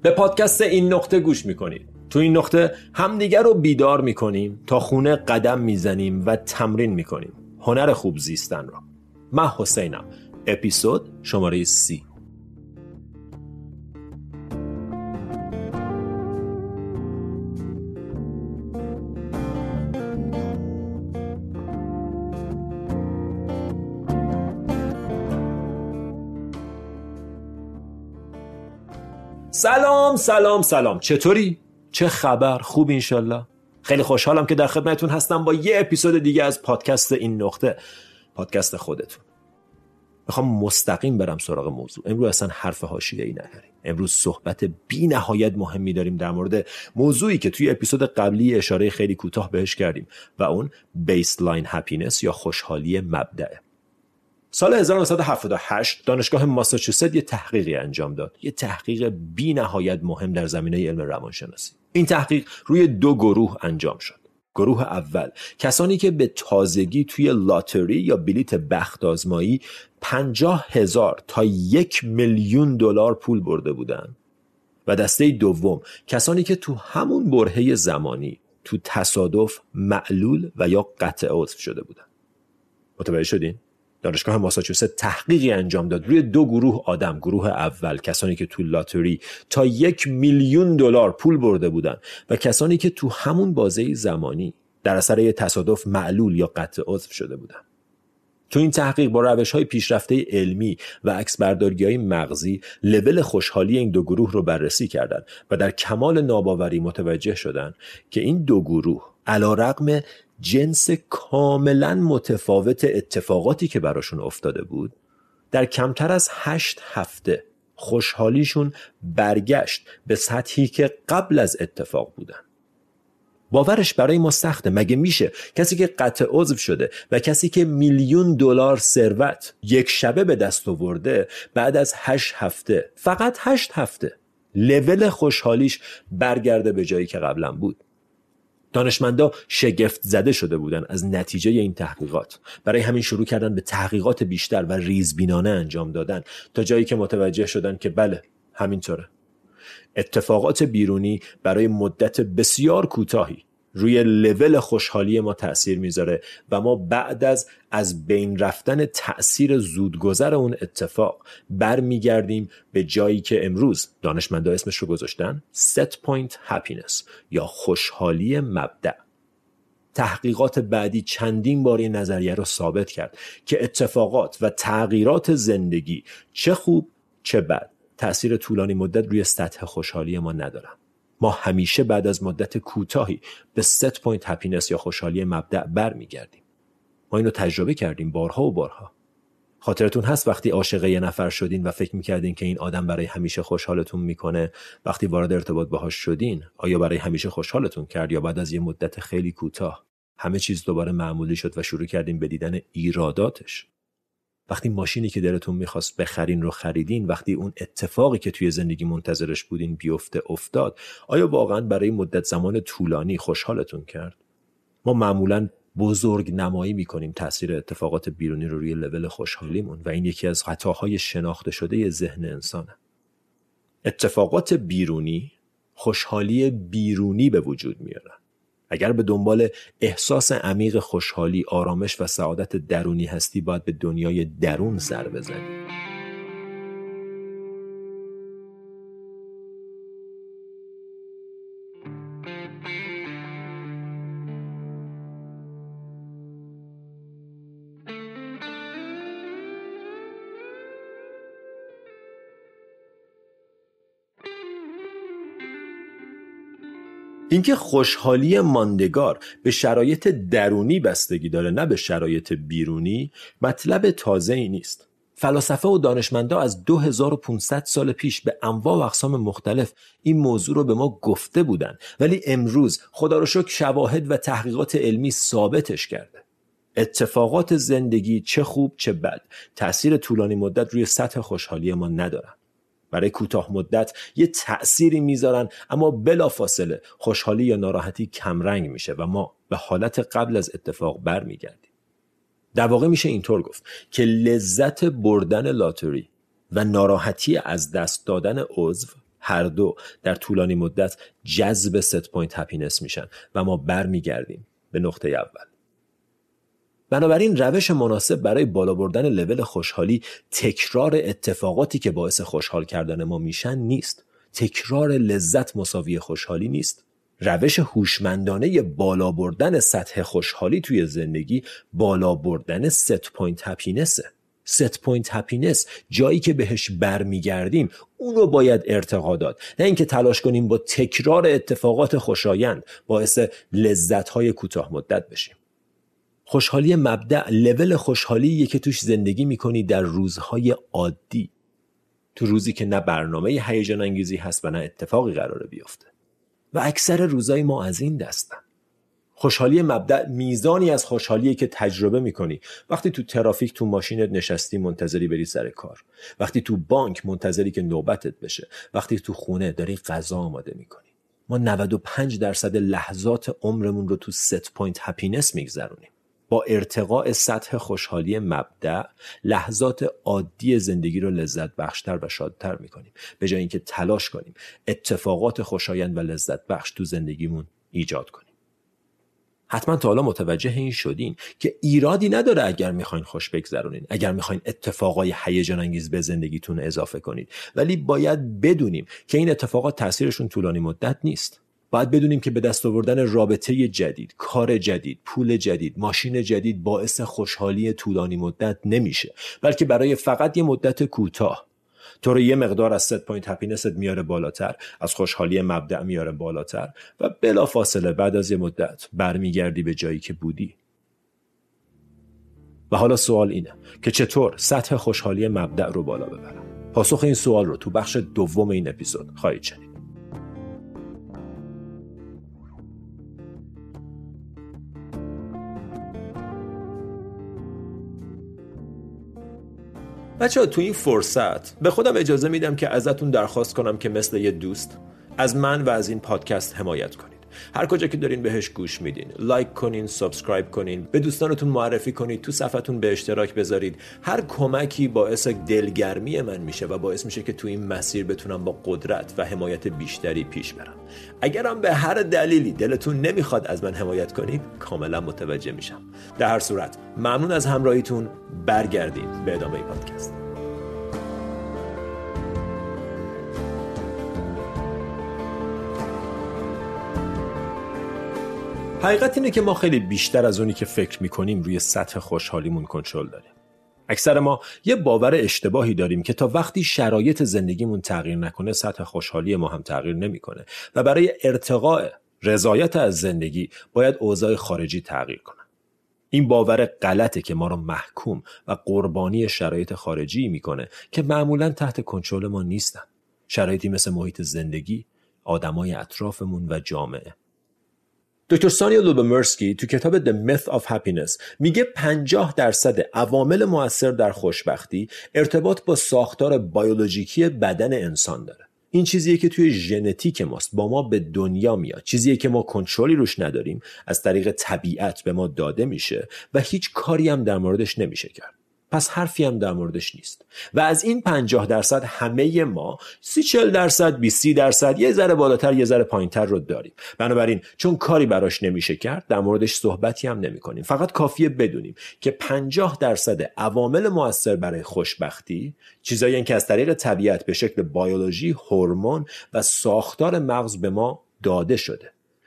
به پادکست این نقطه گوش میکنید. تو این نقطه همدیگر رو بیدار میکنیم، تا خونه قدم میزنیم و تمرین میکنیم هنر خوب زیستن رو. من حسینم. اپیزود شماره 30. سلام. چطوری؟ چه خبر؟ خوب انشالله؟ خیلی خوشحالم که در خدمتتون هستم با یه اپیزود دیگه از پادکست این نقطه، پادکست خودتون. میخوام مستقیم برم سراغ موضوع. امروز اصلا حرف حاشیه‌ای نداریم. امروز صحبت بی نهایت مهمی داریم در مورد موضوعی که توی اپیزود قبلی اشاره خیلی کوتاه بهش کردیم و اون بیسلاین هپینس یا خوشحالی مبدأه. سال 1978 دانشگاه ماساچوست یه تحقیقی انجام داد. یه تحقیق بی نهایت مهم در زمینه علم روانشناسی. این تحقیق روی 2 گروه انجام شد. گروه اول، کسانی که به تازگی توی لاتری یا بلیت بخت آزمایی 50,000 تا 1,000,000 دلار پول برده بودن. و دسته دوم، کسانی که تو همون برهه زمانی تو تصادف معلول و یا قطع عضو شده بودن. متوجه شدین؟ دانشگاه ماساچوست تحقیقی انجام داد روی 2 گروه آدم. گروه اول، کسانی که تو لاتری تا 1,000,000 دلار پول برده بودن و کسانی که تو همون بازه زمانی در اثر یه تصادف معلول یا قطع عضو شده بودن. تو این تحقیق با روش‌های پیشرفته علمی و عکسبرداری‌های مغزی لول خوشحالی این 2 گروه رو بررسی کردند و در کمال ناباوری متوجه شدن که این 2 گروه علی‌رغم جنس کاملا متفاوت اتفاقاتی که براشون افتاده بود، در کمتر از 8 هفته خوشحالیشون برگشت به سطحی که قبل از اتفاق بودن. باورش برای ما سخته. مگه میشه کسی که قطع عضو شده و کسی که $1,000,000 دلار ثروت یک شبه به دست آورده بعد از 8 هفته، فقط 8 هفته، لول خوشحالیش برگرده به جایی که قبلا بود؟ دانشمندا شگفت زده شده بودن از نتیجه این تحقیقات. برای همین شروع کردن به تحقیقات بیشتر و ریزبینانه انجام دادن تا جایی که متوجه شدن که بله، همینطوره. اتفاقات بیرونی برای مدت بسیار کوتاهی روی لول خوشحالی ما تأثیر میذاره و ما بعد از بین رفتن تأثیر زودگذر اون اتفاق برمیگردیم به جایی که امروز دانشمندا اسمش رو گذاشتن set point happiness یا خوشحالی مبدأ. تحقیقات بعدی چندین بار این نظریه رو ثابت کرد که اتفاقات و تغییرات زندگی، چه خوب چه بد، تأثیر طولانی مدت روی سطح خوشحالی ما ندارن. ما همیشه بعد از مدت کوتاهی به set point happiness یا خوشحالی مبدأ برمیگردیم. ما اینو تجربه کردیم بارها و بارها. خاطرتون هست وقتی عاشق یه نفر شدین و فکر میکردین که این آدم برای همیشه خوشحالتون میکنه، وقتی وارد ارتباط باهاش شدین آیا برای همیشه خوشحالتون کرد یا بعد از یه مدت خیلی کوتاه همه چیز دوباره معمولی شد و شروع کردین به دیدن ایراداتش؟ وقتی ماشینی که دلتون میخواست بخرین رو خریدین، وقتی اون اتفاقی که توی زندگی منتظرش بودین بیفته افتاد، آیا واقعا برای مدت زمان طولانی خوشحالتون کرد؟ ما معمولاً بزرگ نمایی میکنیم تأثیر اتفاقات بیرونی رو روی لول خوشحالیمون و این یکی از خطاهای شناخته شده ذهن انسانه. اتفاقات بیرونی خوشحالی بیرونی به وجود میارن. اگر به دنبال احساس عمیق خوشحالی، آرامش و سعادت درونی هستی، باید به دنیای درون سر بزنی. اینکه خوشحالی ماندگار به شرایط درونی بستگی داره نه به شرایط بیرونی، مطلب تازه‌ای نیست. فلاسفه و دانشمندا از 2500 سال پیش به انواع و اقسام مختلف این موضوع رو به ما گفته بودن، ولی امروز خدا رو شکر شواهد و تحقیقات علمی ثابتش کرده. اتفاقات زندگی چه خوب چه بد تأثیر طولانی مدت روی سطح خوشحالی ما ندارن. برای کوتاه مدت یه تأثیری میذارن، اما بلافاصله خوشحالی یا ناراحتی کمرنگ میشه و ما به حالت قبل از اتفاق برمیگردیم. در واقع میشه اینطور گفت که لذت بردن لاتری و ناراحتی از دست دادن عضو هر دو در طولانی مدت جذب ست پوینت هپینس میشن و ما برمیگردیم به نقطه اول. بنابراین روش مناسب برای بالا بردن لول خوشحالی تکرار اتفاقاتی که باعث خوشحال کردن ما میشن نیست. تکرار لذت مساوی خوشحالی نیست. روش هوشمندانه بالا بردن سطح خوشحالی توی زندگی بالا بردن ست پوینت هپینسه. ست پوینت هپینس، جایی که بهش برمیگردیم اونو باید ارتقا داد، نه اینکه تلاش کنیم با تکرار اتفاقات خوشایند باعث لذت‌های کوتاه مدت بشیم. خوشحالی مبدأ لول خوشحالیه که توش زندگی میکنی در روزهای عادی، تو روزی که نه برنامه هیجان انگیزی هست و نه اتفاقی قراره بیفته. و اکثر روزای ما از این دستن. خوشحالی مبدأ میزانی از خوشحالیه که تجربه میکنی وقتی تو ترافیک تو ماشینت نشستی منتظری بری سر کار، وقتی تو بانک منتظری که نوبتت بشه، وقتی تو خونه داری غذا آماده میکنی. ما 95% لحظات عمرمون رو تو ست پوینت هپینس میگذرونیم. با ارتقاء سطح خوشحالی مبدأ لحظات عادی زندگی رو لذت بخشتر و شادتر میکنیم، به جای اینکه تلاش کنیم اتفاقات خوشایند و لذت بخش تو زندگیمون ایجاد کنیم. حتما تا حالا متوجه این شدین که ایرادی نداره اگر میخواین خوش بگذرونین، اگر میخواین اتفاقای هیجان انگیز به زندگیتون اضافه کنید، ولی باید بدونیم که این اتفاقات تاثیرشون طولانی مدت نیست. باید بدونیم که به دست آوردن رابطه جدید، کار جدید، پول جدید، ماشین جدید باعث خوشحالی طولانی مدت نمیشه، بلکه برای فقط یه مدت کوتاه تو رو یه مقدار از ست پوینت هپینست میاره بالاتر، از خوشحالی مبدأ میاره بالاتر و بلا فاصله بعد از یه مدت برمیگردی به جایی که بودی. و حالا سوال اینه که چطور سطح خوشحالی مبدأ رو بالا ببرم؟ پاسخ این سوال رو تو بخش دوم این اپیزود خواهید شنید. بچه‌ها تو این فرصت به خودم اجازه میدم که ازتون درخواست کنم که مثل یه دوست از من و از این پادکست حمایت کنید. هر کجا که دارین بهش گوش میدین لایک کنین، سابسکرایب کنین، به دوستانتون معرفی کنید، تو صفحتون به اشتراک بذارید. هر کمکی باعث دلگرمی من میشه و باعث میشه که تو این مسیر بتونم با قدرت و حمایت بیشتری پیش برم. اگرم به هر دلیلی دلتون نمیخواد از من حمایت کنید کاملا متوجه میشم. در هر صورت ممنون از همراهیتون. برگردیم به ادامه پادکست. حقیقت اینه که ما خیلی بیشتر از اونی که فکر میکنیم روی سطح خوشحالیمون کنترل داریم. اکثر ما یه باور اشتباهی داریم که تا وقتی شرایط زندگیمون تغییر نکنه سطح خوشحالی ما هم تغییر نمیکنه و برای ارتقاء رضایت از زندگی باید اوضاع خارجی تغییر کنه. این باور غلطه که ما رو محکوم و قربانی شرایط خارجی میکنه که معمولاً تحت کنترل ما نیستن. شرایطی مثل محیط زندگی، آدمای اطرافمون و جامعه. دکتر سانیا لوبومیرسکی تو کتاب The Myth of Happiness میگه 50% عوامل مؤثر در خوشبختی ارتباط با ساختار بیولوژیکی بدن انسان داره. این چیزیه که توی ژنتیک ماست، با ما به دنیا میاد، چیزیه که ما کنترلی روش نداریم، از طریق طبیعت به ما داده میشه و هیچ کاری هم در موردش نمیشه کرد. پس حرفی هم در موردش نیست. و از این 50% همه ما 30-40%، 20-30%، یه ذره بالاتر یه ذره پایینتر رو داریم. بنابراین چون کاری براش نمیشه کرد در موردش صحبتی هم نمی کنیم. فقط کافیه بدونیم که 50% عوامل مؤثر برای خوشبختی چیزایی که از طریق طبیعت به شکل بیولوژی، هورمون و ساختار مغز به ما داده شده.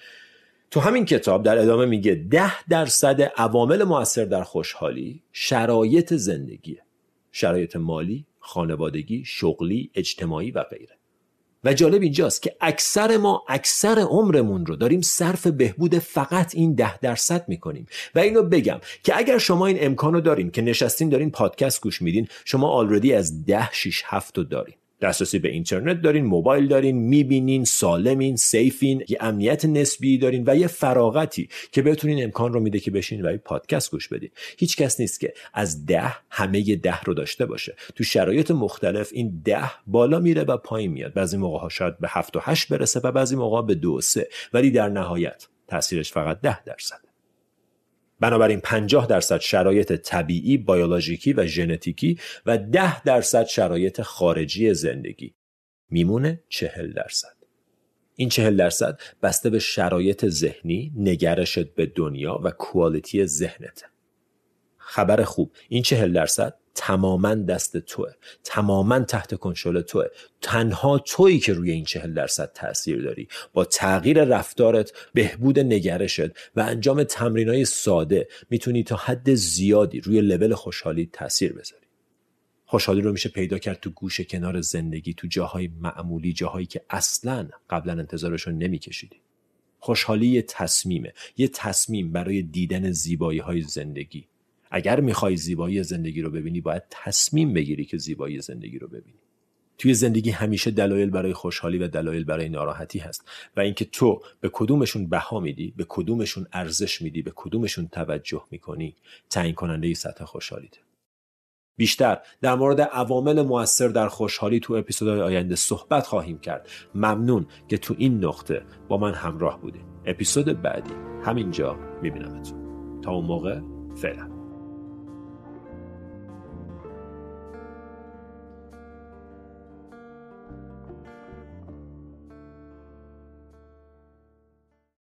تو همین کتاب در ادامه میگه 10% عوامل مؤثر در خوشحالی شرایط زندگیه. شرایط مالی، خانوادگی، شغلی، اجتماعی و غیره. و جالب اینجاست که اکثر ما اکثر عمرمون رو داریم صرف بهبود فقط این 10% میکنیم. و اینو بگم که اگر شما این امکانو دارین که نشستین دارین پادکست گوش میدین، شما آلردی از 10، 6، 7 دارین. دسترسی به اینترنت دارین، موبایل دارین، میبینین، سالمین، سیفین، یه امنیت نسبی دارین و یه فراغتی که بهتون امکان رو میده که بشین و یه پادکست گوش بدین. هیچ کس نیست که از 10 همه 10 رو داشته باشه. تو شرایط مختلف این 10 بالا میره و پایین میاد. بعضی موقع‌ها شاید به 7 و 8 برسه و بعضی موقع‌ها به 2 و 3، ولی در نهایت تاثیرش فقط 10%. بنابراین 50% شرایط طبیعی، بیولوژیکی و ژنتیکی و 10% شرایط خارجی زندگی. میمونه 40%. این 40% بسته به شرایط ذهنی، نگرشت به دنیا و کوالیتی ذهنته. خبر خوب، این 40% تماماً دست توه، تماماً تحت کنترل توه. تنها تویی که روی این 40% تأثیر داری. با تغییر رفتارت، بهبود نگرشت و انجام تمرینای ساده میتونی تا حد زیادی روی لول خوشحالی تأثیر بذاری. خوشحالی رو میشه پیدا کرد تو گوشه کنار زندگی، تو جاهای معمولی، جاهایی که اصلاً قبلا انتظارشو نمیکشیدی. خوشحالی یه تصمیم برای دیدن زیبایی‌های زندگی. اگر میخوای زیبایی زندگی رو ببینی، باید تصمیم بگیری که زیبایی زندگی رو ببینی. توی زندگی همیشه دلایل برای خوشحالی و دلایل برای ناراحتی هست و اینکه تو به کدومشون بها میدی، به کدومشون ارزش میدی، به کدومشون توجه میکنی، تعیین کننده سطح خوشحالیته. بیشتر در مورد عوامل مؤثر در خوشحالی تو اپیزودهای آینده صحبت خواهیم کرد. ممنون که تو این نقطه با من همراه بودین. اپیزود بعدی همینجا میبینمتون. تا اون موقع فعلا.